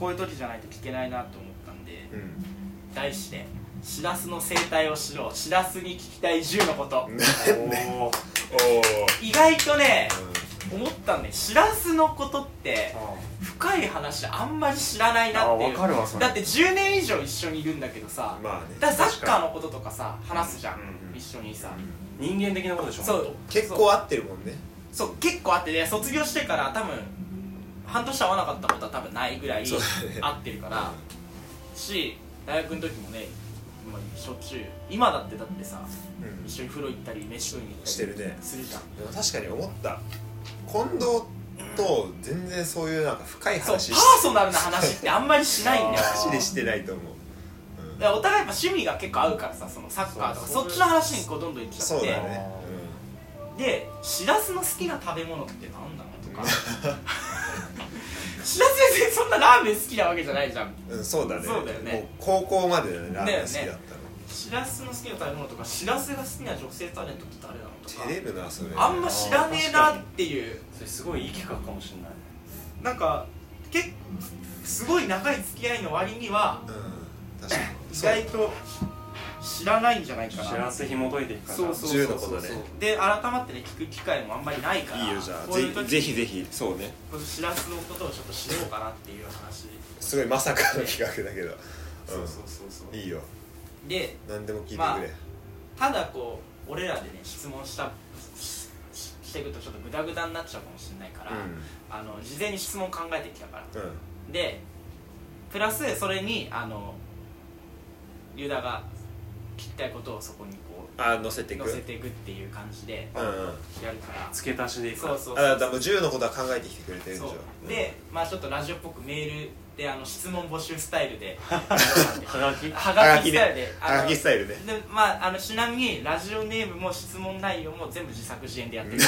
こういう時じゃないと聞けないなと思ったんで、 うん、 題してしらすの生態を知ろう、しらすに聞きたい10のことお意外とね、思ったんで、しらすのことって深い話あんまり知らないなっていう。 わかるわそれ。 だって10年以上一緒にいるんだけどさ、 まあね、 だからサッカーのこととかさ話すじゃん、 うん、 一緒にさ、 人間的なことでしょ。 そう結構合ってるもんね。 そう結構あってね、卒業してから多分半年会わなかったことは多分ないぐらいそうだね会ってるからし、大学の時もね、しょっちゅう、今だってさ、 うん、 一緒に風呂行ったり飯食いに行ったりしてるね。 するじゃん。 でも確かに思った、近藤と全然そういうなんか深いそう話パーソナルな話ってあんまりしないんだよマジでしてないと思う、うん、 いやお互いやっぱ趣味が結構合うからさ、そのサッカーとかそっちの話にこうどんどんいっちゃって、 そうだね、 で、しらすの好きな食べ物って何なのとかしらす先生そんなラーメン好きなわけじゃないじゃん。 うん、そうだね。 そうだよね。 もう高校までだね、ラーメン好きだったの。 しらすの好きな食べ物とか、しらすが好きな女性タレントって誰なのとか、 照れるなそれ。 あんま知らねえなっていう。 それすごいいい企画かもしれない。 なんかすごい長い付き合いの割には、 うん、確かに意外と知らないんじゃないかな。 しらす紐解いていくから。 そう 10のことね。 で改まってね、聞く機会もあんまりないから、 いいよ、じゃあこういう時ぜひぜひ。そうね、 しらすのことをちょっと知ろうかなっていう話。 すごいまさかの企画だけど、 そういいよ、 で、 何でも聞いてくれ、 まあ、ただこう俺らでね質問していくとちょっとグダグダになっちゃうかもしれないから、事前に質問考えてきたから、でプラスそれにユダが聞きたいことをそこにこう載せていくっていう感じでやるから、 付け足しでいく。 そうだからもう10のことは考えてきてくれてるんでしょ。 で、まあちょっとラジオっぽくメールで質問募集スタイルではがきスタイルではがきスタイルで、 で、まあちなみにラジオネームも質問内容も全部自作自演でやってる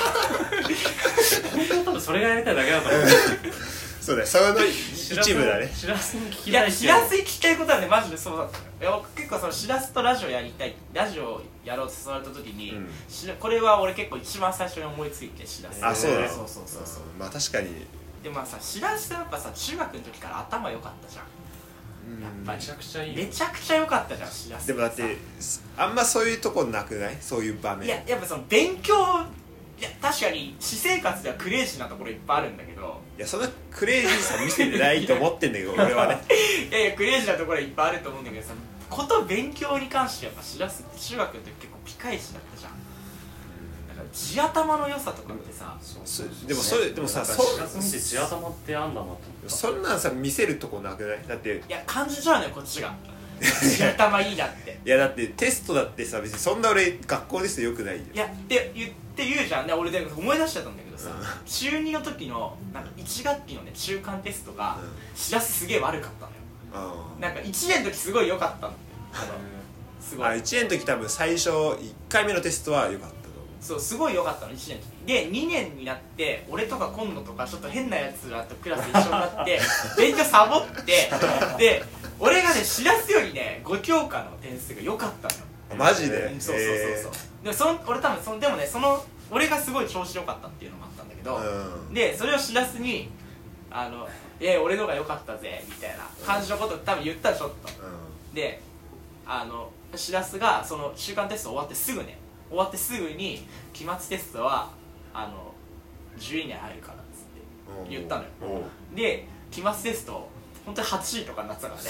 多分それがやりたいだけだと思う。 そうだよ、その一部だね。 しらすに聞きいや、 たいしらすに聞きたいことはね、マジでそうだったのよ。いや、僕結構そのしらすとラジオやりたい、ラジオやろうと誘われた時に、これは俺結構一番最初に思いついて、しらす。 あ、そうだよ。 そうまあ確かに。 でまあさ、しらすやっぱさ、中学の時から頭良かったじゃん。やっぱりめちゃくちゃいい。 めちゃくちゃ良かったじゃん、しらす。 でもだってあんまそういうとこなくない？そういう場面。 いや、やっぱその勉強、いや確かに私生活ではクレイジーなところいっぱいあるんだけど、 いや、そんなクレイジーさ見せてないと思ってんだけど俺はね。 いやクレイジーなところいっぱいあると思うんだけどさ、こと勉強に関してやっぱしらすって中学の時結構ピカイチだったじゃん。だから地頭の良さとかってさ、 でもさ、 しらす見て地頭ってあんだなと思って。 そんなんさ見せるとこなくない？だっていや感じちゃうのよこっちが地頭いいなって。 いやだってテストだってさ、別にそんな俺学校ですよくないよ。 いやって言うじゃんね。俺で思い出しちゃったんだけどさ、中2の時のなんか1学期のね中間テストがしらすすげえ悪かったのよ。なんか1年の時すごい良かったの。すごい。 1年の時多分最初1回目のテストは良かったと思う。 そう、すごい良かったの1年の時で、2年になって俺とか今度とかちょっと変なやつらとクラス一緒になって勉強サボってで俺がねしらすよりね5教科の点数が良かったのよ。 マジで？ そうで俺多分でもね、俺がすごい調子良かったっていうのもあったんだけど、でそれをしらすに俺のが良かったぜみたいな感じのこと多分言ったらちょっと、でしらすがその中間テスト終わってすぐに期末テストは10位以内入るからっつって言ったのよ。で期末テスト本当に8位とかになってたからね。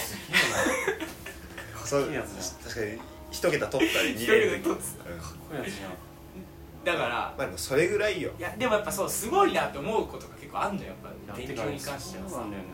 そう確かに1桁取ったり 1桁取ってた。 かっこいいやつじゃん。 だからまあでもそれぐらいよ。 いやでもやっぱそうすごいなって思うことが結構あんのよ、やっぱ勉強に関してはさ。 そうなんだよね、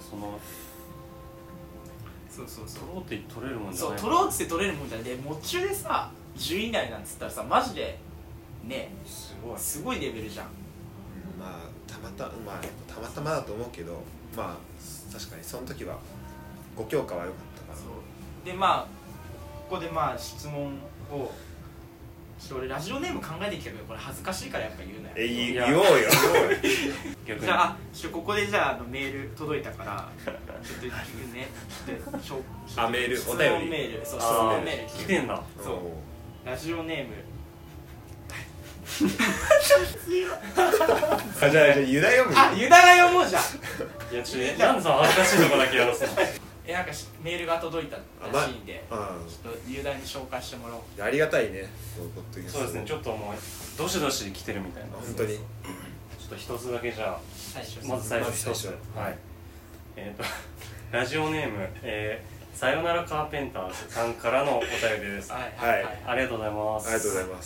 そう取ろうって取れるもんじゃない。 そう、取ろうって取れるもんじゃない。でもっちゅうでさ10位以内なんつったらさ、マジでねすごいレベルじゃん。 まあたまたまだと思うけど、まあ確かにその時は5教科は良かったから。 そうでまあここでまあ質問をちょっと俺ラジオネーム考えてきたけど、これ恥ずかしいからやっぱ言うなよ。 言おうよ。 じゃあここでじゃあメール届いたからちょっとねメール質問お便りメール、そう質問メール来てんだ。 そうラジオネームあ、じゃあユダ読む。 あ、ユダが読もうじゃん。 いやなんでその恥ずかしいとこだけやらすのなんかメールが届いたらしいんで、 うん、 ちょっとユダに紹介してもらおう。 ありがたいね。 そうですね、ちょっともうどしどし来てるみたいな。 本当に。 ちょっと一つだけじゃあまず最初一つ、はい、ラジオネーム、さよならカーペンターズさんからのお便りです。 はい、 ありがとうございます。 ありがとうございます。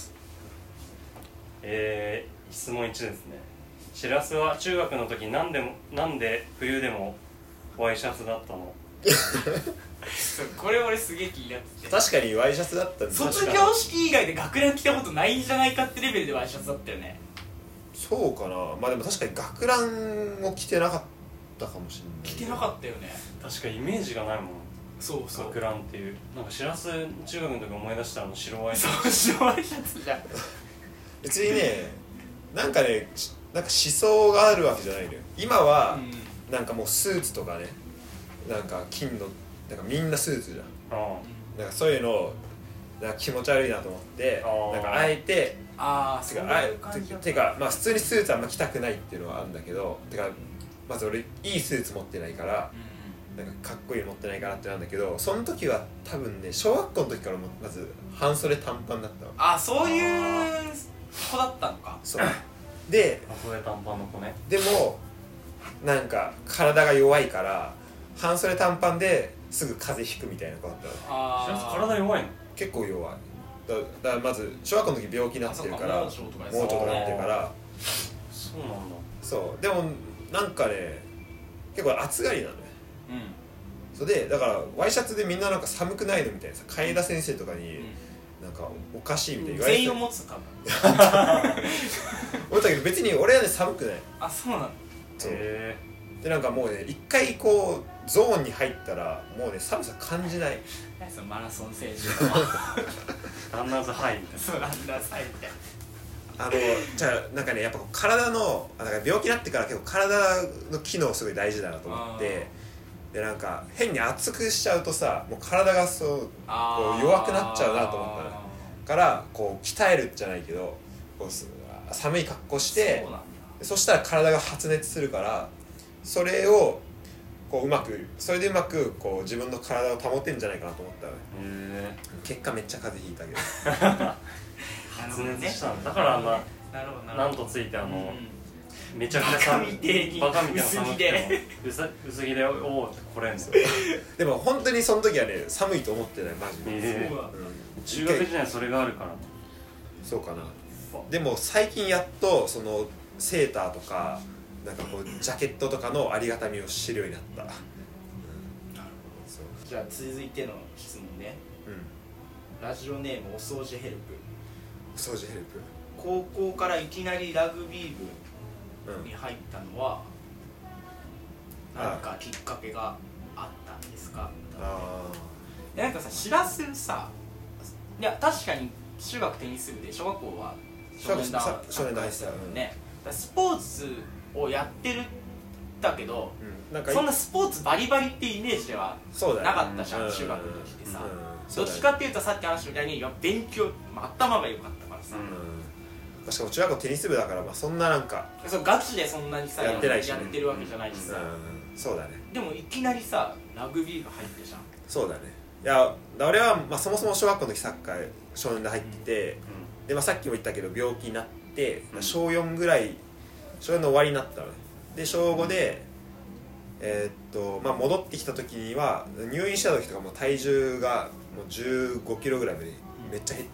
質問1ですね。しらすは中学の時なんで冬でもワイシャツだったの？ これ俺すげえ気になってて、 確かにワイシャツだったんです。 卒業式以外で学ラン着たことないんじゃないかってレベルでワイシャツだったよね。 そうかな。まあでも確かに学ランを着てなかったかもしれない。 着てなかったよね。 確かにイメージがないもん。 そうそう、 学ランっていう、なんかしらす中学の時思い出した白ワイシャツ。そう、白ワイシャツじゃん。 別にね、なんかね、なんか思想があるわけじゃないのよ。今は、なんかもうスーツとかね、なんか金のなんかみんなスーツじゃん。なんかそういうのなんか気持ち悪いなと思って、なんかあえててかまあ普通にスーツあんま着たくないっていうのはあるんだけど、てかまず俺いいスーツ持ってないから、なんかかっこいいの持ってないからってなんだけど、その時は多分ね小学校の時からまず半袖短パンだったの。 あ、そういう子だったのか。 そうで、 半袖短パンの子ね。 でもなんか体が弱いから半袖短パンですぐ風邪ひくみたいな子だったの。 しらす体弱いの？ 結構弱い。だからまず小学校の時病気になってるから、盲腸とかなってるから。 そうなんだ。 そうでもなんかね結構暑がりなのね。それでだからワイシャツでみんななんか寒くないのみたいなさ、海田先生とかになんかおかしいみたいな言われて、 全員を持つかも思ったけど別に俺はね寒くない。 あ、そうなの。 そうでなんかもうね一回こうゾーンに入ったらもうね寒さ感じない。 そのマラソン選手ランナーズハイみたいな。 そう、ランナーズハイみたいな。 じゃあなんかねやっぱ体のなんか病気になってから結構体の機能すごい大事だなと思って、でなんか変に熱くしちゃうとさもう体がこう弱くなっちゃうなと思ったらからこう鍛えるじゃないけどこう寒い格好してそしたら体が発熱するからそれをこうそれでうまくこう自分の体を保てんじゃないかなと思ったのね。結果めっちゃ風邪ひいたけど発熱したんだからなんとついてめちゃくちゃ寒いバカみたいな寒くても薄着でおおってこれんの。 でも本当にその時はね寒いと思ってないマジで。 中学時代それがあるから。 そうかな。でも最近やっとそのセーターとかなんかこうジャケットとかのありがたみを知るようになった。 じゃあ続いての質問ね。ラジオネームお掃除ヘルプ。 お掃除ヘルプ。 高校からいきなりラグビー部に入ったのは何かきっかけがあったんですか？なんかさ、しらすさ、いや確かに中学テニス部で小学校は少年団入ってたよね。スポーツをやってるだけど、そんなスポーツバリバリってイメージではなかったじゃん、中学の時ってさ。どっちかっていうとさっき話したみたいに勉強、頭が良かったからさ。 しかも中学校テニス部だからそんななんかガチでそんなにさやってるわけじゃないしさ。 そうだね。 でもいきなりさラグビーが入ってじゃん。 そうだね。いや俺はそもそも小学校の時サッカー少年で入ってて、でさっきも言ったけど病気になって小4ぐらい小4の終わりになったのね。で小5で戻ってきた時には入院した時とかもう体重がもう15キロぐらいまでめっちゃ減って、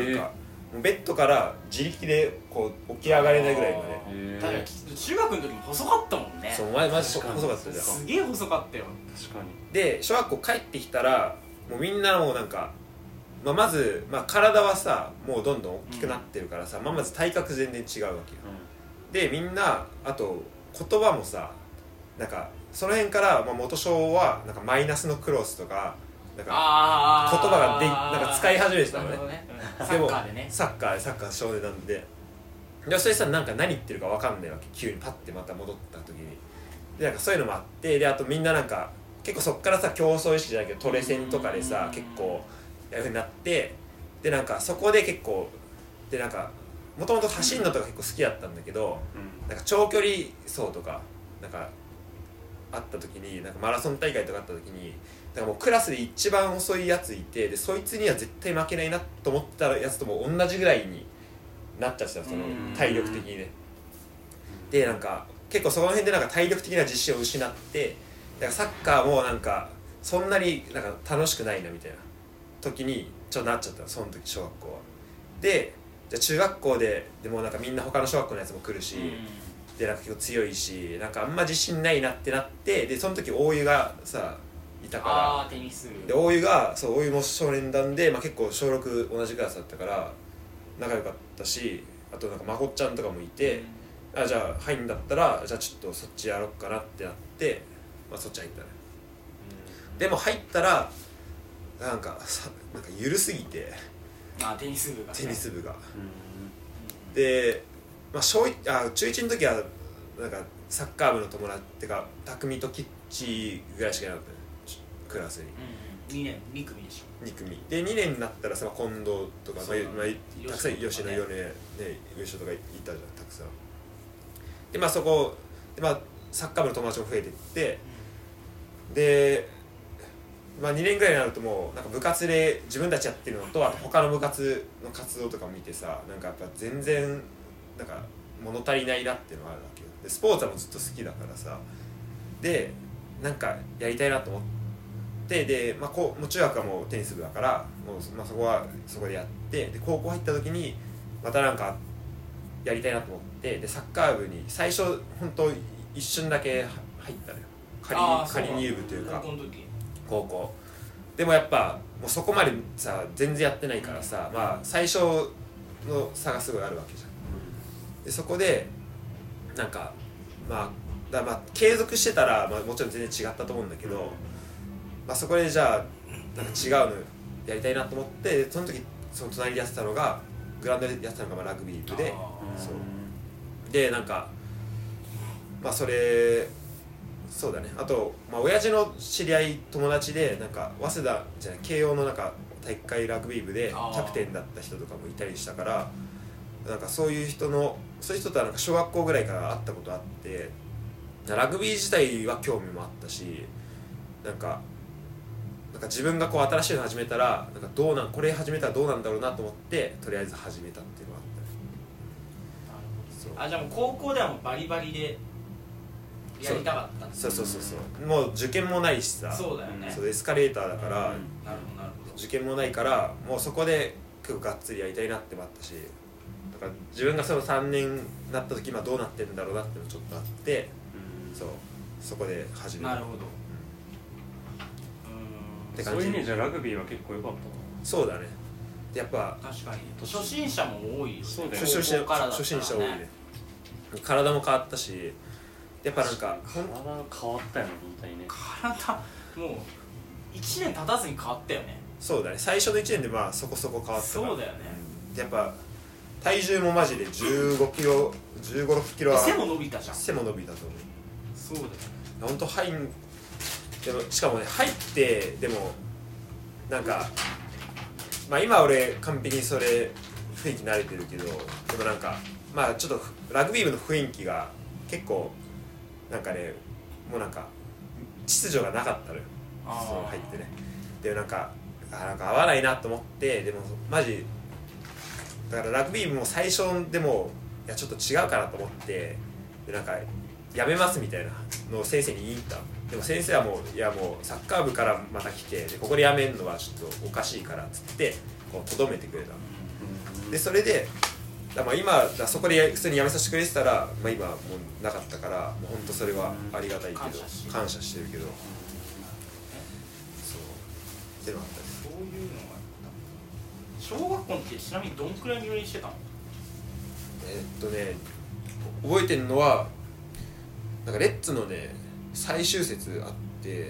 なんかもうベッドから自力でこう起き上がれないぐらいまで。 中学の時も細かったもんね。 そうマジ細かったじゃん。 すげえ細かったよ。 確かに。 で小学校帰ってきたらもうみんなもうなんか、まず、体はさもうどんどん大きくなってるからさ、まず体格全然違うわけよ。でみんなあと言葉もさなんかその辺から元小はなんかマイナスのクロスとかなんか言葉がなんか使い始めてたのね。 サッカーでね。 サッカー少年なんで。でそれさなんか何言ってるか分かんないわけ。急にパッてまた戻った時にでなんかそういうのもあって、であとみんななんか結構そっからさ競争意識じゃないけどトレセンとかでさ結構やるようになって、でなんかそこで結構でなんかもともと走るのとか結構好きだったんだけど、なんか長距離走とかなんかあった時に、なんかマラソン大会とかあった時に、なんかもうクラスで一番遅いやついて、でそいつには絶対負けないなと思ったやつとも同じぐらいになっちゃってた、その体力的にね。でなんか結構その辺でなんか体力的な自信を失って、だからサッカーもなんかそんなになんか楽しくないなみたいな時にちょっとなっちゃったの、その時小学校は。でじゃあ中学校でもなんかみんな他の小学校のやつも来るし、でなんか結構強いし、なんかあんま自信ないなってなって、でその時大湯がさいたから、 テニスで大湯も少年団で、まあ、結構小6同じクラスだったから仲良かったし、あとなんかまこっちゃんとかもいて、じゃあ入るんだったらじゃあちょっとそっちやろうかなってなって、まあ、そっち入ったね。でも入ったらなんか緩すぎて、 テニス部が、 で、まあ、中1の時はなんかサッカー部の友達ってか匠とキッチぐらいしかいなかったね、クラスに。 2組でしょ。 2組で2年になったらさ、近藤とか、たくさん吉野米ね上所とかいたじゃん、たくさん。でまあそこで、まあ、サッカー部の友達も増えていって、で、まあ、2年ぐらいになるともうなんか部活で自分たちやってるのと、あと他の部活の活動とか見てさ、なんかやっぱ全然なんか物足りないなっていうのがあるわけよ。でスポーツはもうずっと好きだからさ、でなんかやりたいなと思って、で、まあ、もう中学はもうテニス部だからもう、まあ、そこでやって、で高校入った時にまたなんかやりたいなと思って、でサッカー部に最初本当一瞬だけ入ったのよ、仮入部というか高校でもやっぱもうそこまでさ全然やってないからさ、まあ最初の差がすごいあるわけじゃん。でそこでなんかまあ継続してたら、まあ、もちろん全然違ったと思うんだけど、まあ、そこでじゃあなんか違うのやりたいなと思って、その時その隣でやってたのがグラウンドでやってたのがまあラグビー部で、そうでなんかまあそうだね、あと、まあ、親父の知り合い友達でなんか早稲田じゃない慶応のなんか体育会ラグビー部でキャプテンだった人とかもいたりしたから、なんかそういう人とはなんか小学校ぐらいから会ったことあって、ラグビー自体は興味もあったし、なんか自分がこう新しいの始めたらなんかこれ始めたらどうなんだろうなと思って、とりあえず始めたっていうのがあったね。 じゃあもう高校ではもうバリバリでやりたかったんですそうもう受験もないしさ、 そうだよね、 エスカレーターだから、 なるほど受験もないからもうそこで結構がっつりやりたいなってもあったし、だから自分がその3年になった時今どうなってるんだろうなってのちょっとあって、そこで始めた。 なるほど、 って感じ。 そういう意味じゃラグビーは結構良かったな。 そうだね、やっぱ確かに初心者も多いよね。 そうだよね、 初心者多いね。体も変わったし、やっぱなんか体変わったよね、本当にね。 体もう1年経たずに変わったよね。 そうだね、最初の1年でまあそこそこ変わったから。 そうだよね、 やっぱ体重もマジで15キロ15、6キロは背も伸びたじゃん。 背も伸びたと思う。 そうだよね、 ほんとでもしかもね入ってでもなんかまあ今俺完璧にそれ雰囲気慣れてるけど、でもなんかまあちょっとラグビー部の雰囲気が結構なんかね、もうなんか秩序がなかったのよ、その入ってね。でなんか合わないなと思って、でもマジだからラグビー部も最初でもいやちょっと違うかなと思って、でなんかやめますみたいなのを先生に言いに行った。でも先生はもうサッカー部からまた来て、でここでやめるのはちょっとおかしいからっつってこうとどめてくれた。でそれで今そこで普通にやめさせてくれてたら、まあ、今もうなかったから、もう本当それはありがたいけど感謝してるけど、そうってのあったり。 そういうのがあった。小学校の時ちなみにどんくらい入院してたの？ 覚えてるのはなんかレッツのね最終節あって、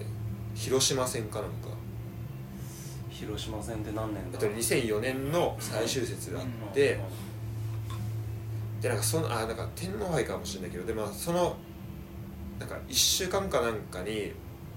広島戦かなんか。 広島戦って何年だ ？2004年の最終節あって、でなんかなんか天皇杯かもしれないけど、でまあそのなんか1週間かなんかに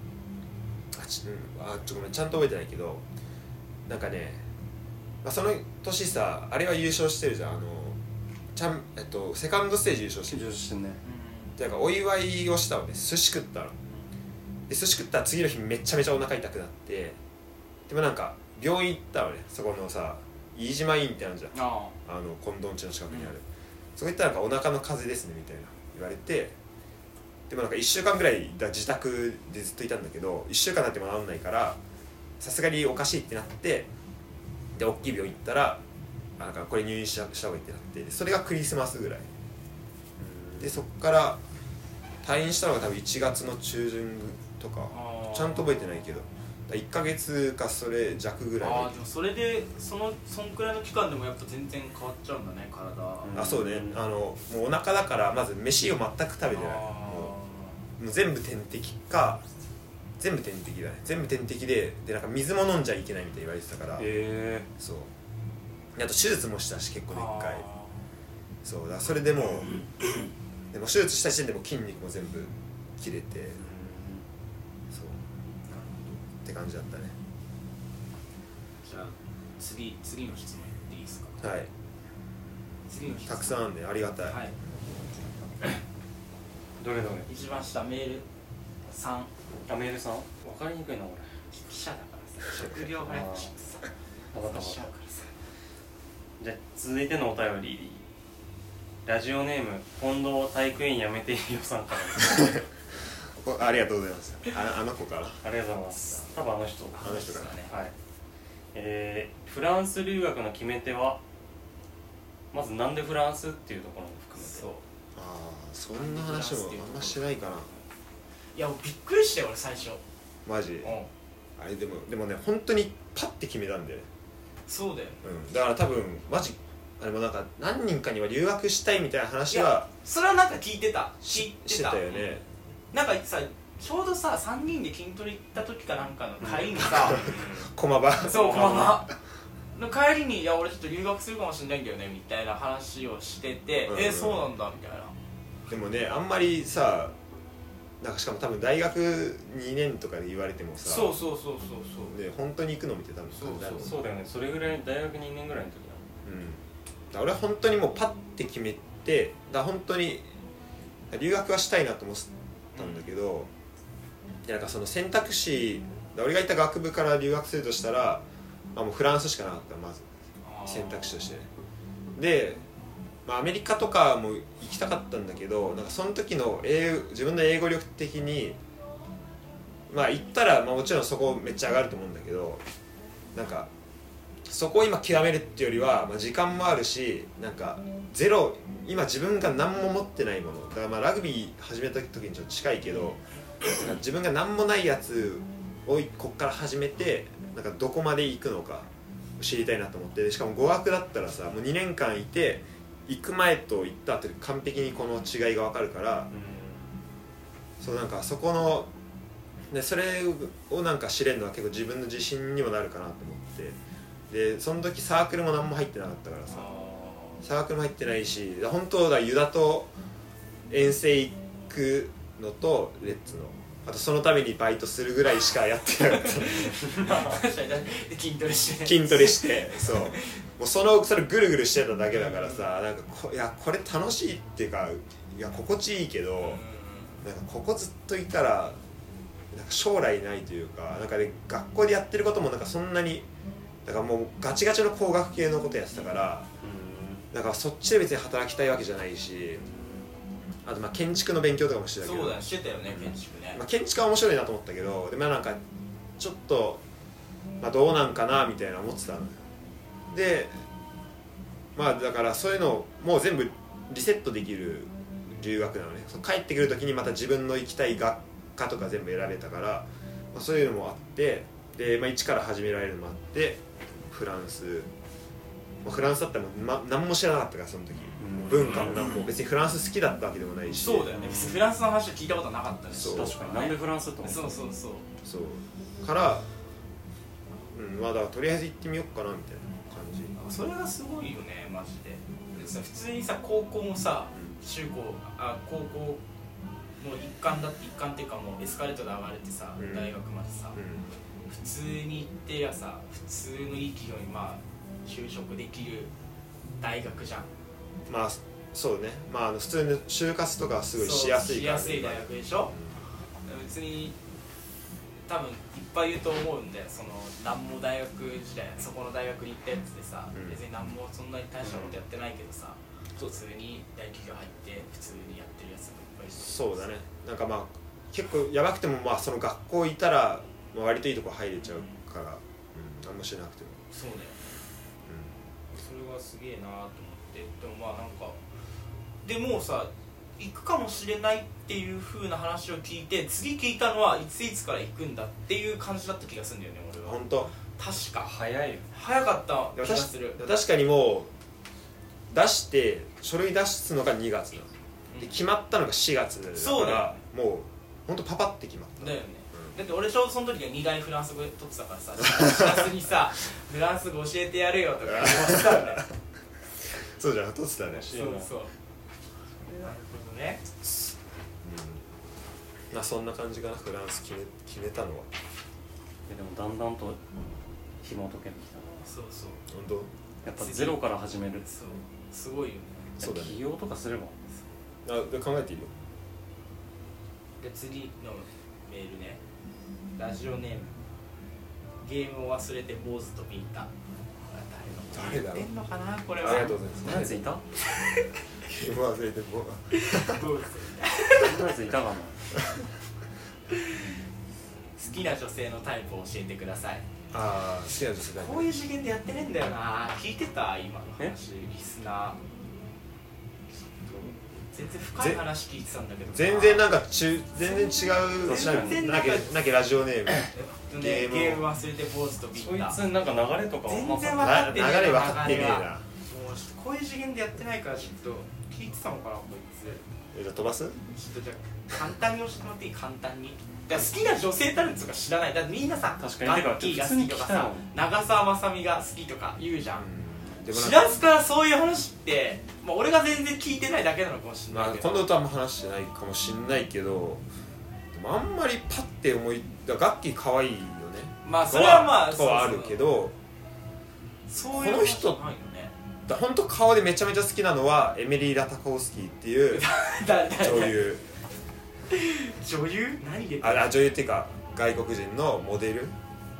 ごめんちゃんと覚えてないけど、なんかね、まあ、その年さあれは優勝してるじゃん、 セカンドステージ優勝して優勝してんね。 だからお祝いをしたのね。寿司食ったので、寿司食ったら次の日めちゃめちゃお腹痛くなって、でもなんか病院行ったのね。そこのさ飯島院ってあるじゃん、近藤んちの近くにある、そこ行ったらなんかお腹の風邪ですねみたいな言われて、でもなんか1週間ぐらい自宅でずっといたんだけど、1週間経っても治んないからさすがにおかしいってなって、で大きい病院行ったらなんかこれ入院した方がいいってなって、それがクリスマスぐらいで、そっから退院したのが多分1月の中旬とか、ちゃんと覚えてないけど1ヶ月かそれ弱ぐらい。 でもそれでそんくらいの期間でもやっぱ全然変わっちゃうんだね、体。 そうね、もうお腹だからまず飯を全く食べてない。もう全部点滴か、全部点滴だね。全部点滴でなんか水も飲んじゃいけないみたいに言われてたから、そうあと手術もしたし結構でっかい。そうだからそれでもでも手術した時点でも筋肉も全部切れて、そうって感じだったね。 じゃあ次の質問いっていいですか。 はい、 次の質問たくさんあるね。ありがたい。 はい、 どれ一番下メール3。 メールさん分かりにくいな俺。 記者だからさ、食料がやってしまうさ。 じゃあ続いてのお便り、ラジオネーム近藤体育院やめていいよさんからありがとうございます。あの子から。 ありがとうございます。多分あの人からね。 はい。フランス留学の決め手はまずなんでフランスっていうところも含めて。 そんな話もあんましないかな。 いやびっくりしたよ俺最初。 マジ、あれでもね本当にパッて決めたんだよね。 そうだよ、 だから多分マジあれもなんか何人かには留学したいみたいな話はそれはなんか聞いてたしてたよね。 なんかさちょうどさ3人で筋トレ行った時かなんかの帰りにさ、 駒場そう駒場の帰りにいや俺ちょっと留学するかもしれないんだよねみたいな話をしてて、そうなんだみたいな。 でもねあんまりさなんかしかも多分大学2年とかで言われてもさ、 そうで本当に行くのみたいな多分そうだよね。それぐらい大学2年ぐらいの時だ。俺は本当にもうパッて決めて、本当に留学はしたいなと思ったんだけど、なんかその選択肢、俺がいた学部から留学するとしたら、もうフランスしかなかった。まず選択肢としてね。でアメリカとかも行きたかったんだけど、なんかその時の自分の英語力的に行ったら、もちろんそこめっちゃ上がると思うんだけど、なんかそこを今極めるっていうよりは、時間もあるし、なんか今自分が何も持ってないものだから、ラグビー始めた時にちょっと近いけど、なんか自分が何もないやつをこっから始めて、なんかどこまで行くのか知りたいなと思って、しかも語学だったらさもう2年間いて、行く前と行った後で完璧にこの違いが分かるから、そうなんかそこのでそれをなんか知れるのは結構自分の自信にもなるかなと思って、でその時サークルも何も入ってなかったからさ、サークルも入ってないし、本当だユダと遠征行くのとレッツのあとそのためにバイトするぐらいしかやってなかった筋トレしてそうもうそれぐるぐるしてただけだからさ、なんかこれ楽しいっていうか、心地いいけど、なんかここずっといたらなんか将来ないというか、なんかね学校でやってることもなんかそんなにだからもうガチガチの工学系のことやってたから、なんかそっちで別に働きたいわけじゃないし、あと建築の勉強とかもしてたけど、 そうだしてたよね建築ね。 建築は面白いなと思ったけど、でなんかちょっとどうなんかなみたいな思ってたのよ。でだからそういうのをもう全部リセットできる留学なのね。帰ってくる時にまた自分の行きたい学科とか全部選べたから、そういうのもあって、で、一から始められるのもあって、フランスだったら何も知らなかったからその時、文化も何も別にフランス好きだったわけでもないし。 そうだよね、別にフランスの話は聞いたことなかったし。 確かになんでフランスって思った。 そうからだからとりあえず行ってみようかなみたいな感じ。 それがすごいよねマジで。普通にさ高校もさ、高校の一環っていうかもうエスカレートで上がれてさ、大学までさ、普通に行ってやさ、普通のいい企業に就職できる大学じゃん。 そうね、まあ普通の就活とかはすごいしやすいから、ね、 しやすい大学でしょ、別に多分いっぱい言うと思うんだよ。その何も大学時代そこの大学に行ったやつでさ、別に何もそんなに大したことやってないけどさ、普通に大企業入って普通にやってるやつもいっぱいいる。 そうだね、なんかまあ結構やばくても、まあその学校いたら、まあ、割といいとこ入れちゃうから、何もしなくても。 そうだよね、それはすげえなと思って。でもまあなんかでもうさ、行くかもしれないっていう風な話を聞いて、次聞いたのはいついつから行くんだっていう感じだった気がするんだよね、俺は。 本当？ 確か早いよ。 早かった気がする。 確かにもう出して書類出すのが2月なの、で決まったのが4月だから、 そうだよ、 もう本当パパって決まっただよね、だって俺ちょうどその時は2大フランス語取ってたからさ、しらすにさフランス語教えてやるよとか言ってたんだよそうじゃん、取ってたね。 そうそう、なるほどね。 まあそんな感じかな、フランス決めたのは。 でもだんだんと紐解けてきたな。 そうそう、 本当やっぱゼロから始める。 そう、すごいよね。 そうだね、 起業とかすればで考えていいよ。 で次のメールね、ラジオネームゲームを忘れて坊主と見た。 誰だろう。 言ってんのかなこれは。 ありがとうございます。 そんなやついた？ ゲーム忘れてもう坊主そんなやついたかな。 好きな女性のタイプを教えてください。 ああ、好きな女性だね。 こういう次元でやってねえんだよな。聞いてた今の話、リスナー。全然深い話聞いてたんだけど、 全然なんか全然違う。 全然なんかなきラジオネームゲーム忘れて坊主とビッタ。 そいつなんか流れとか全然分かってねえ流れ分かってねえな。 もうこういう次元でやってないからちょっと聞いてたのかなこいつ。 じゃあ飛ばす？ ちょっとじゃあ簡単に教えてもらっていい？簡単に。だから好きな女性タレントとか知らない。だってみんなさ、 確かにガッキーが好きとかさ、長澤まさみが好きとか言うじゃん。しららすからそういう話って、まあ、俺が全然聞いてないだけなのかもしれないけど、 今度とあんま話してないかもしんないけど、でもあんまりパッて思いガッキー可愛いよね。 まあそれはまあとはあるけど、 そういうこの人ないよね。 本当顔でめちゃめちゃ好きなのはエミリー・ラタコウスキーっていう女優女優？何で？ 女優っていうか外国人のモデル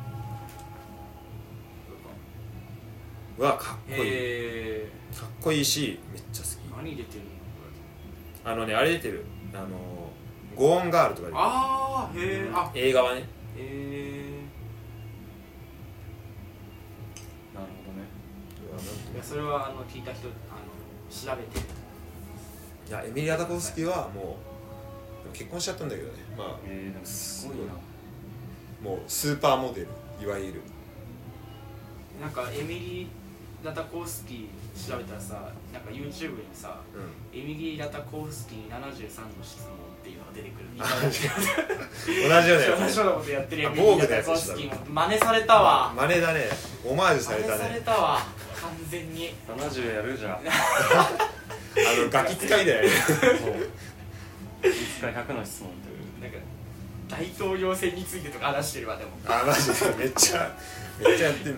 はかっこいい、かっこいいしめっちゃ好き。 何出てるの？あれ出てる、ゴーンガールとか出てる。 ああ、へえ、あ、 映画はね。 へえ。 なるほどね。 いやそれは聞いた人調べてる。 いやエミリー・ラタコウスキーはもう結婚しちゃったんだけどね。まあでもすごいな。 もうスーパーモデル、いわゆる。 なんかエミリー・ラタコウスキー調べたらさ、なんか YouTube にさ、エミリー・ラタコウスキー73の質問っていうのが出てくる。 同じよね。 同じようなことやってるよ。 防具のやつラタコウスキーも真似されたわ。 真似だね。オマージュされた真似されね。 たわ、完全に。 70やるじゃん。 ガキ使いだよね。 そう。いつか100の質問っていう。 なんか大統領選についてとか話してるわ。でもマジでめっちゃやってんだよ。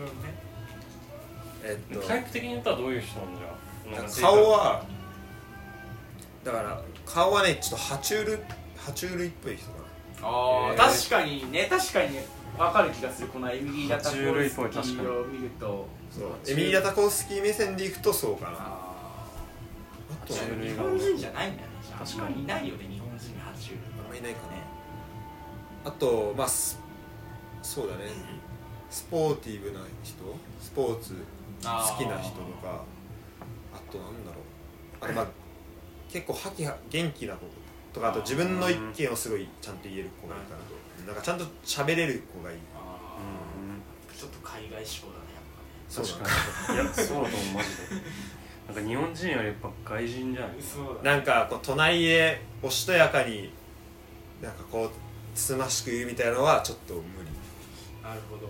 タイプ的に言ったらどういう人なんじゃ。 顔はだから顔はねちょっと爬虫類っぽい人かな。 ああ、確かにね、確かにね、分かる気がする。このエミリー・ラタコウスキーを見ると、 エミリー・ラタコウスキー目線でいくとそうかな。 あと日本人じゃないんだよね。 確かにいないよね、日本人に爬虫類。 あんまいないかね。あとまあそうだね、スポーティーブな人、スポーツ好きな人とか、あとなんだろう、あとまあ結構元気な子とか、あと自分の意見をすごいちゃんと言える子がいいかなと。なんかちゃんと喋れる子がいい。 ちょっと海外志向だね、やっそう確かに。いや、そうだと思う、マジで。なんか日本人よりやっぱ外人じゃない。 そうだね。 なんかこう隣へおしとやかになんかこうつつましく言うみたいなのはちょっと無理。 なるほど。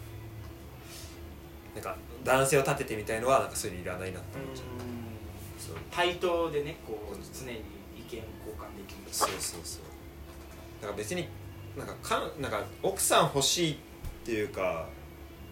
なんか男性を立ててみたいのはなんかそういうのいらないなって思っちゃう。そう対等でね、こう常に意見交換できる。 そうだから別になんか奥さん欲しいっていうか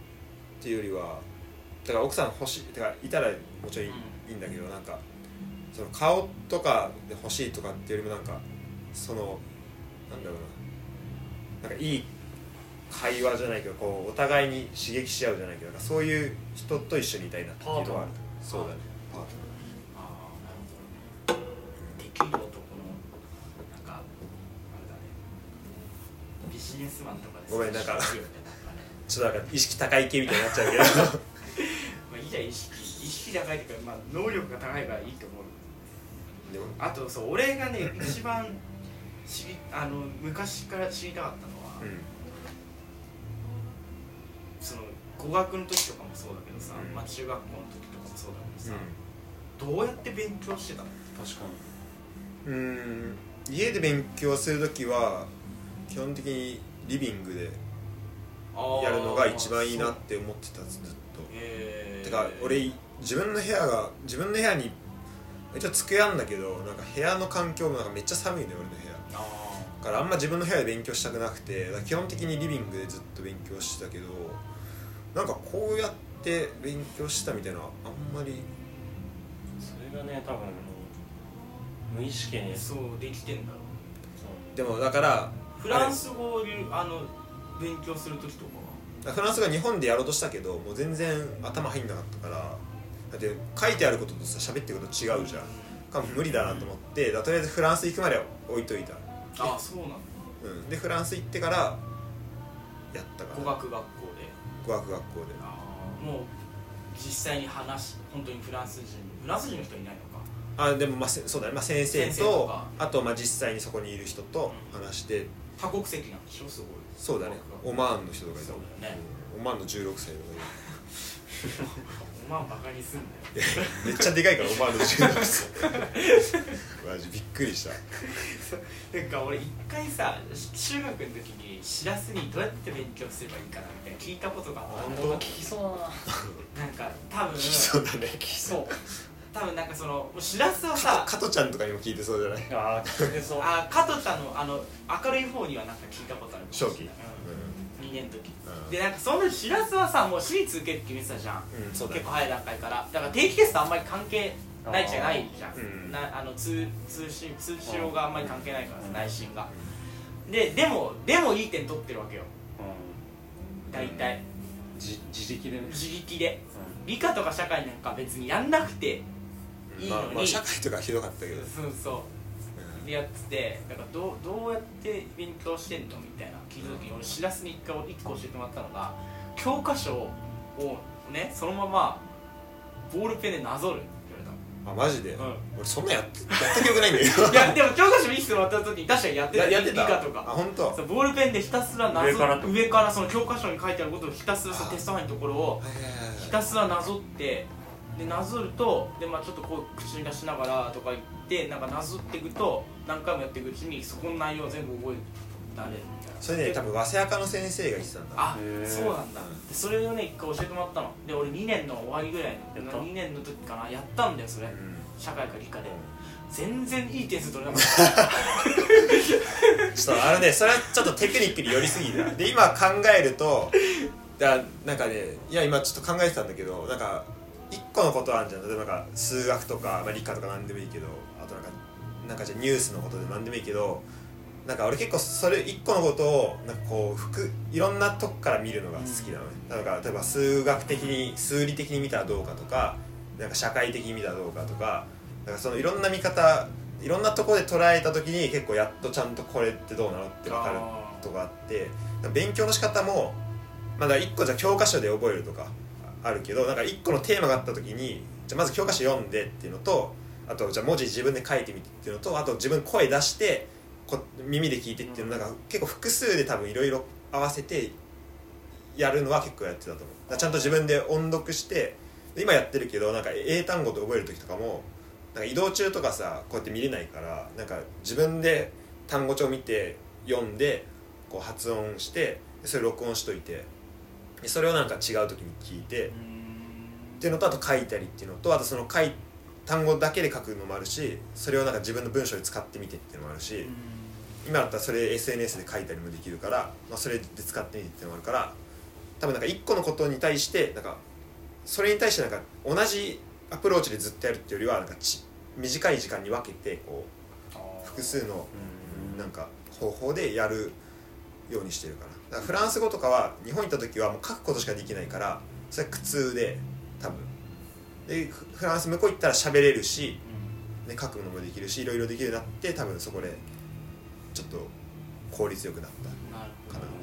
っていうよりは、だから奥さん欲しいてかいたらもちろんいいんだけど、なんかその顔とかで欲しいとかっていうよりもなんかそのなんだろうな、なんかいい会話じゃないけどこうお互いに刺激し合うじゃないけど、なんかそういう人と一緒にいたいなっていうのはある。そうだね、パートナー。ああ、なるほど。できる男のなんかあれだね、ビジネスマンとかです。 ごめんなんかね、 ちょっとなんか意識高い系みたいになっちゃうけどまあいいじゃん、意識高いというか、まあ、能力が高いからいいと思う。 でもあとそう、俺がね一番昔から知りたかったのは、その語学の時とかもそうだけどさ、まあ、中学校の時とかもそうだけどさ、どうやって勉強してたの？ 確かに家で勉強する時は基本的にリビングでやるのが一番いいなって思ってた、ずっと。てか俺自分の部屋に一応机あるんだけど、なんか部屋の環境もなんかめっちゃ寒いね、俺の部屋だからあんま自分の部屋で勉強したくなくて、だから基本的にリビングでずっと勉強してたけど、なんかこうやって勉強したみたいなあんまり。 それがね多分無意識にそうできてんだろう。でもだからフランス語を勉強する時とかはフランス語は日本でやろうとしたけどもう全然頭入んなかったから、だって書いてあることとさ喋ってること違うじゃん、かも無理だなと思って、とりあえずフランス行くまでは置いといた。 ああそうなんだ。 でフランス行ってからやったから、 語学学校で。 語学学校で。 もう実際に本当にフランス人の人いないのか。 でもそうだね、先生とあと実際にそこにいる人と話して。 多国籍なんでしょ、すごい。 そうだね、オマーンの人とかいた。 そうだよね、 オマーンの16歳とかオマーンバカにすんなよめっちゃでかいからオマーンの16歳マジびっくりした。 なんか俺一回さ、中学の時にしらすにどうやって勉強すればいいかなみたいな聞いたことがあった。 本当聞きそうだな。 なんか多分聞きそうだね。 聞きそう。多分なんかそのしらすはさ、 加トちゃんとかにも聞いてそうじゃない？ 聞いてそう。 加トちゃんの明るい方にはなんか聞いたことある。 正気。 2年の時。でなんかそのしらすはさ、もう私立受けって決めてたじゃん。 そうだね、 結構早い段階から。だから定期テストあんまり関係ないじゃないじゃん。通知があんまり関係ないからさ、内心が。でもいい点取ってるわけよ。大体。 自力でね。 自力で。理科とか社会なんか別にやんなくていいのに、 社会とかひどかったけど、 そうでやってて、だからどうやって勉強してんのみたいな聞いた時に、俺しらすに1個教えてもらったのが、教科書をねそのままボールペンでなぞるって言われたの。 マジで、俺そんなやった記憶ないんだけどいやでも教科書見せてもらった時に確かにやってた。理科とか本当。 そうボールペンでひたすらなぞ上からその教科書に書いてあることをひたすらテスト範囲のところをひたすらなぞって、でなぞるとで、ちょっとこう口に出しながらとか言ってなんかなぞっていくと、何回もやっていくうちにそこの内容を全部覚えられるみたいな。 それね多分早稲赤の先生が言ってたんだ。 あ、そうなんだ。でそれをね1回教えてもらったので、俺2年の終わりぐらいの2年の時かな、やったんだよそれ、社会か理科で。全然いい点数取れなかったちょっとそれはちょっとテクニックに寄りすぎた。で今考えるとなんかね、いや今ちょっと考えてたんだけど、なんか1個のことあるじゃん。例えばなんか数学とか、理科とか何でもいいけど、あとなんかじゃあニュースのことで何でもいいけど、なんか俺結構それ1個のことをなんかこういろんなとこから見るのが好きなのね。だから例えば数学的に数理的に見たらどうかとか、なんか社会的に見たらどうかとか、なんかそのいろんな見方、いろんなところで捉えた時に結構やっとちゃんとこれってどうなのって分かるとこがあって、勉強の仕方もまだ1個じゃ教科書で覚えるとかあるけど、なんか1個のテーマがあった時にじゃまず教科書読んでっていうのと、あとじゃ文字自分で書いてみてっていうのと、あと自分声出して耳で聞いてっていうの、なんか結構複数で多分いろいろ合わせてやるのは結構やってたと思う。ちゃんと自分で音読して今やってるけど、なんか英単語と覚える時とかもなんか移動中とかさこうやって見れないから、なんか自分で単語帳見て読んでこう発音してそれ録音しといて、それをなんか違う時に聞いてっていうのと、あと書いたりっていうのと、あとその単語だけで書くのもあるし、それをなんか自分の文章で使ってみてっていうのもあるし、今だったらそれ SNS で書いたりもできるから、それで使ってみてっていうのもあるから、多分なんか一個のことに対してなんかそれに対してなんか同じアプローチでずっとやるっていうよりはなんか短い時間に分けてこう複数のなんか方法でやるようにしてるから。だからフランス語とかは日本行った時はもう書くことしかできないからそれは苦痛で多分でフランス向こう行ったら喋れるし、ね、書くのもできるしいろいろできるようになって多分そこでちょっと効率よくなったかな。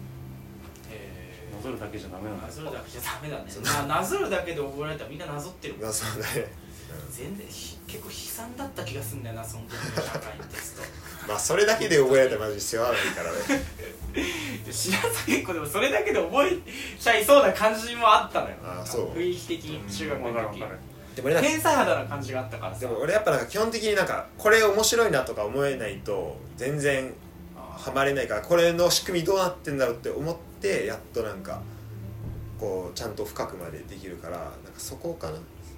なぞるだけじゃダメなんだ。 なぞるだけじゃダメだね。なぞるだけで覚えられたらみんななぞってるもん。 そうだね、 全然結構悲惨だった気がするんだよな、その時の社会のテスト。 まあそれだけで覚えられたらマジで世話ないからね。 知らず結構でもそれだけで覚えちゃいそうな感じもあったのよ。 そう雰囲気的に中学の時。 でも天才肌な感じがあったからさ。 でも俺やっぱなんか基本的になんかこれ面白いなとか思えないと全然ハマれないから、これの仕組みどうなってんだろうって思ってやっとなんかこうちゃんと深くまでできるから、なんかそこかな。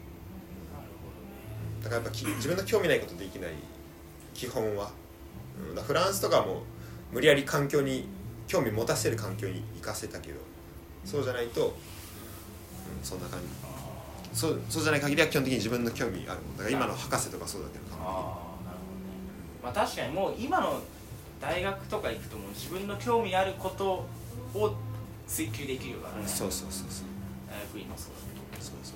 だからやっぱ自分の興味ないことできない基本は、だフランスとかも無理やり環境に興味持たせる環境に行かせたけど、そうじゃないと、そんな感じ。そうじゃない限りは基本的に自分の興味あるもんだから今の博士とかそうだけど。 なるほどね。まあ確かにもう今の大学とか行くともう自分の興味あることを追求できるからね。 そうそうそうそう。 大学院もそうだけど。 そうそう。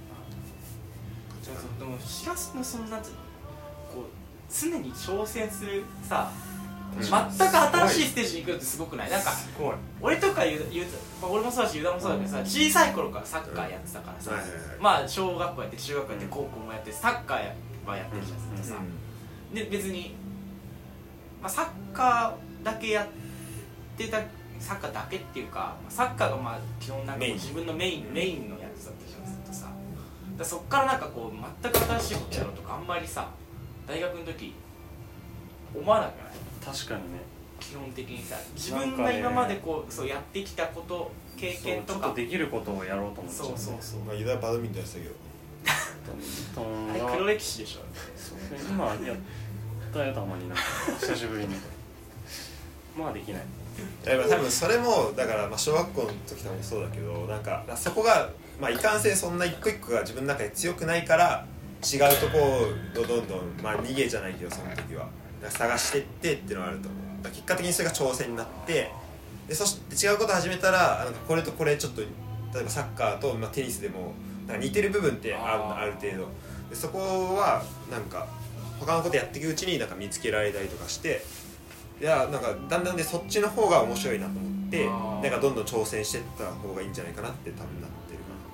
でもしらすのそのなんていうの、こう常に挑戦するさ、全く新しいステージに行くのってすごくない？なんか俺とか俺もそうだしユダもそうだけどさ、小さい頃からサッカーやってたからさ、まあ小学校やって中学校やって高校もやってサッカーはやってるじゃんずっとさ。で別に、まあ、サッカーだけやってた、サッカーだけっていうかサッカーがまあ基本なんか自分のメインのやつだったじゃんずっとさ。だそっからなんかこう全く新しいことやろうとかあんまりさ大学の時思わなくない？ 確かにね。 基本的にさ自分が今までこうそうやってきたこと経験とかちょっとできることをやろうと思って、 そうそうそう、 まあユダはバドミントンやってたけどあれ黒歴史でしょ。 今やったよたまになんか久しぶりにまあできない。 多分それもだからまあ小学校の時とかもそうだけど、なんかそこがまあいかんせんそんな一個一個が自分の中で強くないから違うところをどんどんまあ逃げじゃないけどその時は探してってっていうのがあると思う。結果的にそれが挑戦になってでそして違うこと始めたらなんかこれとこれちょっと例えばサッカーとまあテニスでもなんか似てる部分ってある程度で、そこはなんか他のことやっていくうちになんか見つけられたりとかして、いやなんかだんだんでそっちの方が面白いなと思ってなんかどんどん挑戦していった方がいいんじゃないかなって多分なってるから。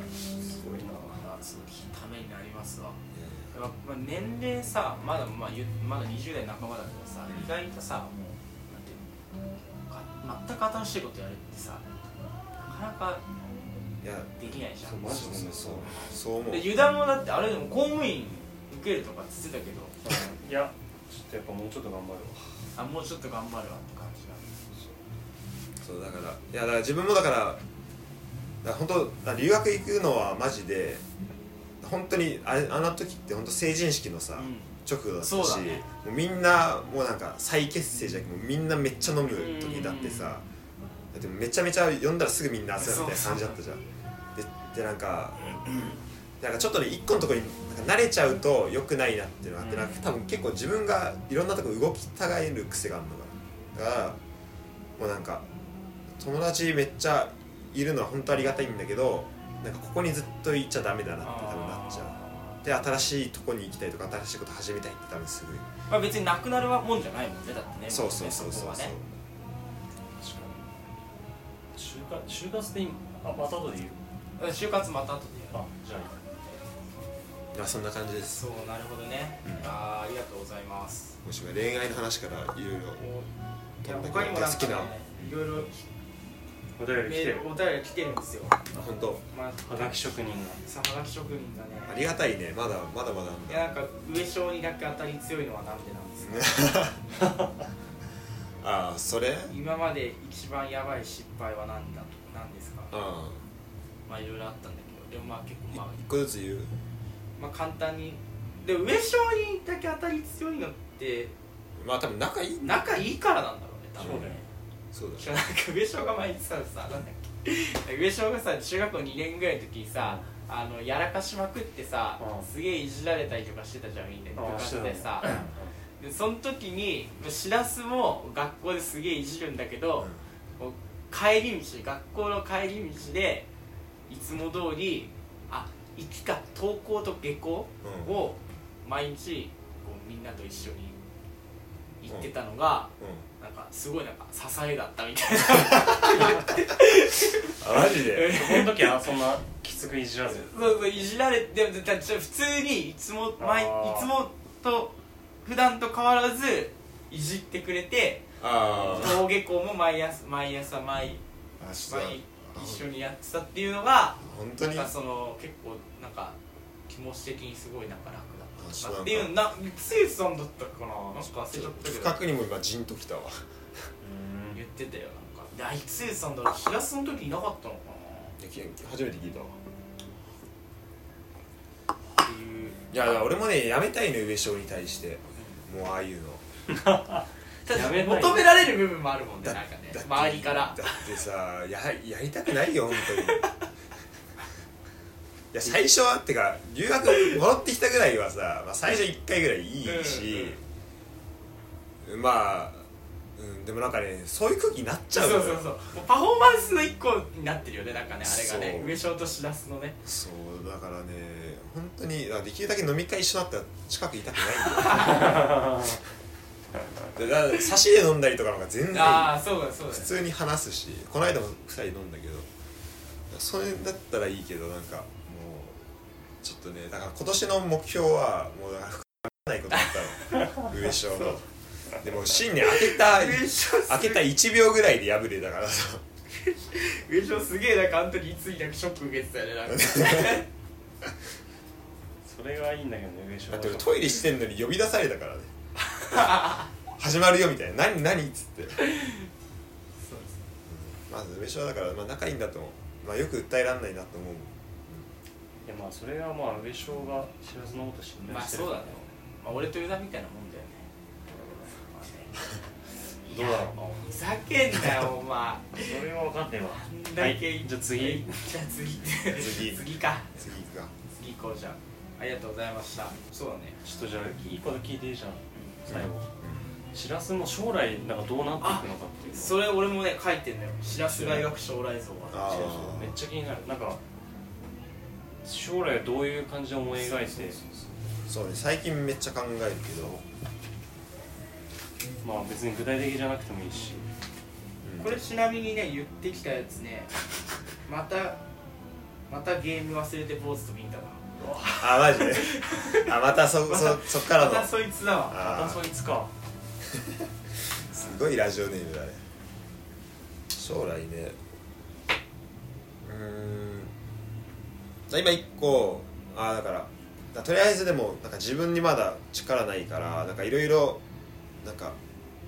すごいな、ためになりますわ。まあ、年齢さまだ20代半ばだけどさ、意外とさもうなんていうの全く新しいことやるってさなかなかできないじゃん。 そう思う。 でユダもだってあれでも公務員受けるとかって言ってたけどいやちょっとやっぱもうちょっと頑張るわ。 もうちょっと頑張るわって感じが。 そうだから自分もだから本当留学行くのはマジで本当にあの時って本当成人式のさ、直後だったし、ね、もうみんなもうなんか再結成じゃなくてもうみんなめっちゃ飲む時だってさ、だってめちゃめちゃ呼んだらすぐみんな集まるみたいな感じだったじゃん。でなんかちょっとね一個のところになんか慣れちゃうと良くないなっていうのがあって、なんか多分結構自分がいろんなとこ動きたがえる癖があるのかな。だからもうなんか友達めっちゃいるのは本当ありがたいんだけど、なんかここにずっといちゃダメだなって多分なっちゃう。で新しいとこに行きたいとか新しいこと始めたいって多分すごい、 まあ、別になくなるもんじゃないもんねだってね。 そうそうそうそう、 確かに就活で今また後で言う。 就活また後で言う。 じゃあいやそんな感じです。 そうなるほどね、ありがとうございます。 もしも恋愛の話からいろいろ他にもなんかねいろいろお便り来てるんですよ。 本当。 はがき職人が。 はがき職人がね。 ありがたいね。まだまだなんだ。 いやなんか上昇にだけ当たり強いのはなんでなんですか。 ああそれ。 今まで一番やばい失敗は何ですか。まあいろいろあったんだけど、でもまあ結構まあ一個ずつ言う。 まあ簡単に。で上昇にだけ当たり強いのってまあ多分仲いいからなんだろうね多分ね。 そうだ。 なんか上昇が前言ってたのさ、なんだっけ上昇がさ中学校2年ぐらいの時にさやらかしまくってさ、すげえいじられたりとかしてたじゃんみんな部活でさ、でその時にしらすも学校ですげえいじるんだけど、こう帰り道、学校の帰り道でいつも通り行きか登校と下校を毎日こうみんなと一緒に行ってたのが、なんかすごいなんか支えだったみたいなマジでその時はそんなきつくいじらずそういじられて、でも普通にいつもと普段と変わらずいじってくれて、登下校も毎朝一緒にやってたっていうのが本当になんかその結構なんか気持ち的にすごいなんか楽だったっていういつゆさんだったかな、なんか忘れちゃったけど深くにも今ジンときたわ言ってたよ。なんかいつゆさんだろう、しらすの時いなかったのかな、 初めて聞いたわっていう。 いやだから俺もねやめたいの上昇に対してもうああいうの求められる部分もあるもんね、なんかね周りから。 だってさやりたくないよ本当にいや最初はってか留学戻ってきたぐらいはさ、最初1回ぐらいいいし、でもなんかねそういう空気になっちゃうのよ。 そうもうパフォーマンスの1個になってるよね、なんかねあれがね、上昇としらすのね。 そうだからね本当にできるだけ飲み会一緒だったら近くいたくないんだよ差しで飲んだりとかの方が全然いい。 そうだ普通に話すし、この間も2人飲んだけどそれだったらいいけど、なんかもうちょっとねだから今年の目標はもうだから含まないことだったの上昇のでも新年開けた1秒ぐらいで破れたからさ上昇すげえなんかあの時いつになくショック受けてたよね、なんかそれがいいんだけどね、上昇だって俺トイレしてんのに呼び出されたからね始まるよみたいな、何っつってそうです、まず上昇だから、仲いいんだと思う、よく訴えらんないなと思う。 いやそれは上昇がしらすのこと信頼してるそうだね、俺とユダみたいなもんだよね。 どうだろうな、 ふざけんなよお前それは分かんねえわ。 はい、じゃあ次か次行くか。 次行こう。じゃあありがとうございました。そうだね、 ちょっとじゃあいいこと聞いていいじゃん、最後。しらすも将来なんかどうなっていくのかっていう。 それ俺もね書いてんのよ、しらす大学将来像が。 めっちゃ気になる。なんか将来どういう感じで思い描いて。 そうね、最近めっちゃ考えるけど別に具体的じゃなくてもいいし、 これちなみにね言ってきたやつねまたゲーム忘れて坊主と見たな。 マジでまたそっからのまたそいつだわ。 またそいつかすごいラジオネームだね。将来ね今1個だからとりあえずでもなんか自分にまだ力ないからなんかいろいろなんか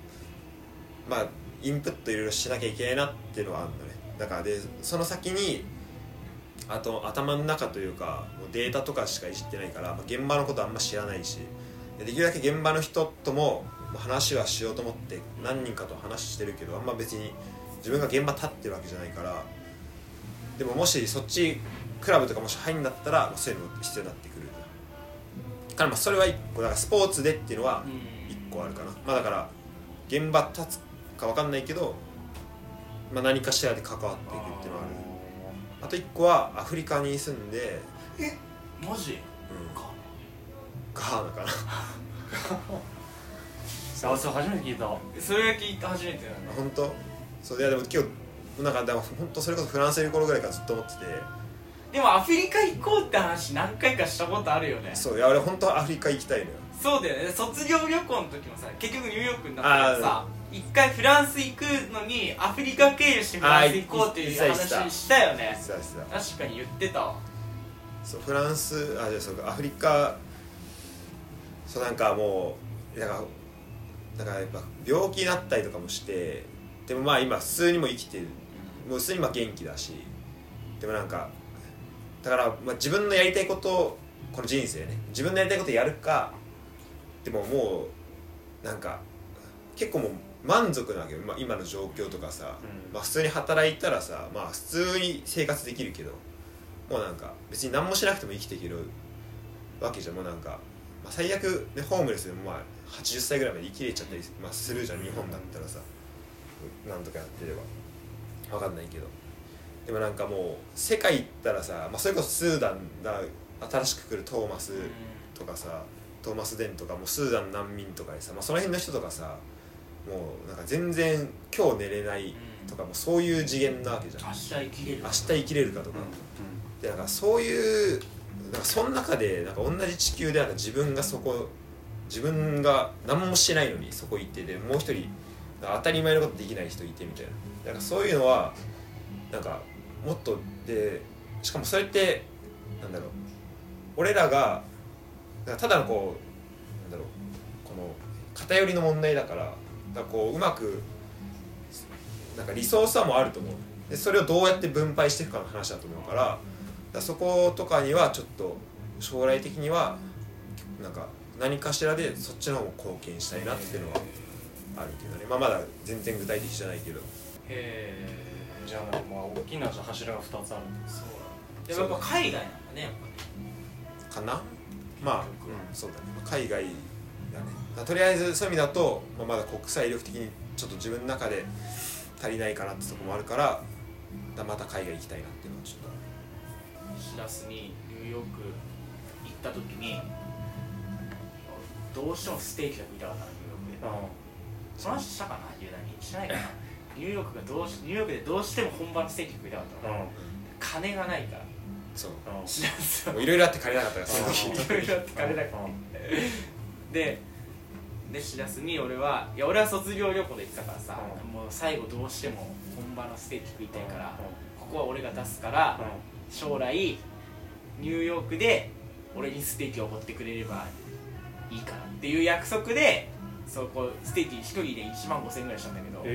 インプットいろいろしなきゃいけないなっていうのはあるのね。だからでその先に頭の中というかもうデータとかしかいじってないから、現場のことあんま知らないし、できるだけ現場の人とも話はしようと思って何人かと話してるけど、あんま別に自分が現場立ってるわけじゃないから。でももしそっちクラブとかもし入るんだったらそういうの必要になってくるから、それは1個だからスポーツでっていうのは1個あるかな。だから現場立つか分かんないけど、何かしらで関わっていくっていうのはある。あと1個はアフリカに住んで。 マジ？ ガーナかなそれ初めて聞いた。 それが聞いた初めてなんだ。 本当？そういやでも今日でも本当それこそフランスにいる頃ぐらいからずっと思ってて。 でもアフリカ行こうって話何回かしたことあるよね。 そう、いや俺本当はアフリカ行きたいのよ。 そうだよね、卒業旅行の時もさ結局ニューヨークになったからさ、一回フランス行くのにアフリカ経由してフランス行こうっていう話したよね。確かに言ってたわ。 そうフランスじゃあそうアフリカ、そうなんかもうだからやっぱ病気になったりとかもして、でも今普通にも生きてる、もう普通に元気だし、でもなんかだから自分のやりたいことをこの人生ね、自分のやりたいことやるか、でももうなんか結構もう満足なわけよ、今の状況とかさ、普通に働いたらさ、普通に生活できるけど、 もうなんか別に何もしなくても生きていけるわけじゃん。もうなんか、まあ、最悪、ね、ホームレスでもまあ80歳ぐらいまで生きれちゃったり、まあ、するじゃん日本だったらさ、なんとかやってれば分かんないけど、でもなんかもう世界行ったらさ、まあ、それこそスーダンだ新しく来るトーマスとかさ、トーマス・デンとかもうスーダン難民とかでさ、まあ、その辺の人とかさ、もうなんか全然今日寝れないとか、もうそういう次元なわけじゃん。 明日生きれるかとか、でなんかそういうなんかその中でなんか同じ地球でなんか自分が何もしてないのにそこ行ってでもう一人当たり前のことできない人いてみたいな、なんかそういうのはなんかもっとで、しかもそれってなんだろう、俺らがただのこうなんだろう、この偏りの問題だから、だからこううまくなんかリソースはもうあると思う。でそれをどうやって分配していくかの話だと思うから、だからそことかにはちょっと将来的にはなんか何かしらでそっちの方も貢献したいなっていうのはあるけどね。まあまだ全然具体的じゃないけど。 じゃあまあ大きな柱が2つある。 そうでもやっぱ海外なんだね、やっぱね。 かな。まあ、そうだね。海外だね。とりあえずそういう意味だと、まあ、まだ国際力的にちょっと自分の中で足りないかなってとこもあるから、また海外行きたいなっていうのはちょっと。 しらすにニューヨーク行った時にどうしてもステーキが食いたかったの、ニューヨークで。その話したかな、ユダに。しないかな。ニューヨークでどうしても本場のステーキ食いたかったの。金がないから。 そう。 しらすいろいろあって金なかったから、その時。 いろいろあって金なかった。でしらすに俺は卒業旅行で行ってたからさ、もう最後どうしても本場のステーキ食いたいから、ここは俺が出すから、将来ニューヨークで俺にステーキをおごってくれればいいかなっていう約束で、そこステーキ1人で1万5000円ぐらいしたんだけど、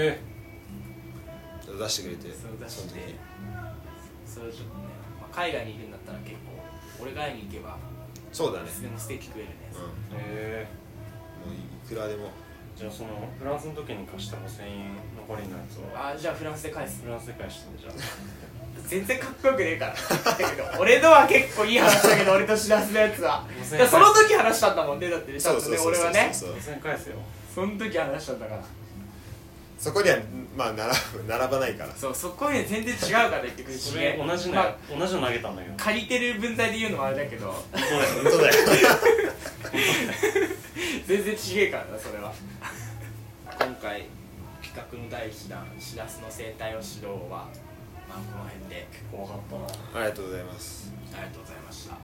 出してくれて、 そう出して、それちょっとね、まあ、海外にいるんだったら結構俺が会いに行けばそうだね、 いつでもステーキ食えるね。 もういくらでも。 じゃあそのフランスの時に貸した5000円残りのやつをじゃあフランスで返す。 フランスで返してじゃあ全然かっこよくねえからだけど俺のは結構いい話だけど俺としらすのやつはその時話したんだもんね。だってね、ちゃんとね、俺はね 5000円返すよ。 その時話したんだから、 そこにはまあ並ばないから。 そこには全然違うから言ってくるし、 それ同じの投げたんだけど、 借りてる分際で言うのもあれだけど本当だよ全然違えからな、それは今回企画の第1弾しらすの生態を指導は、まあ、この辺で。 結構分かったな。 ありがとうございます。 ありがとうございました。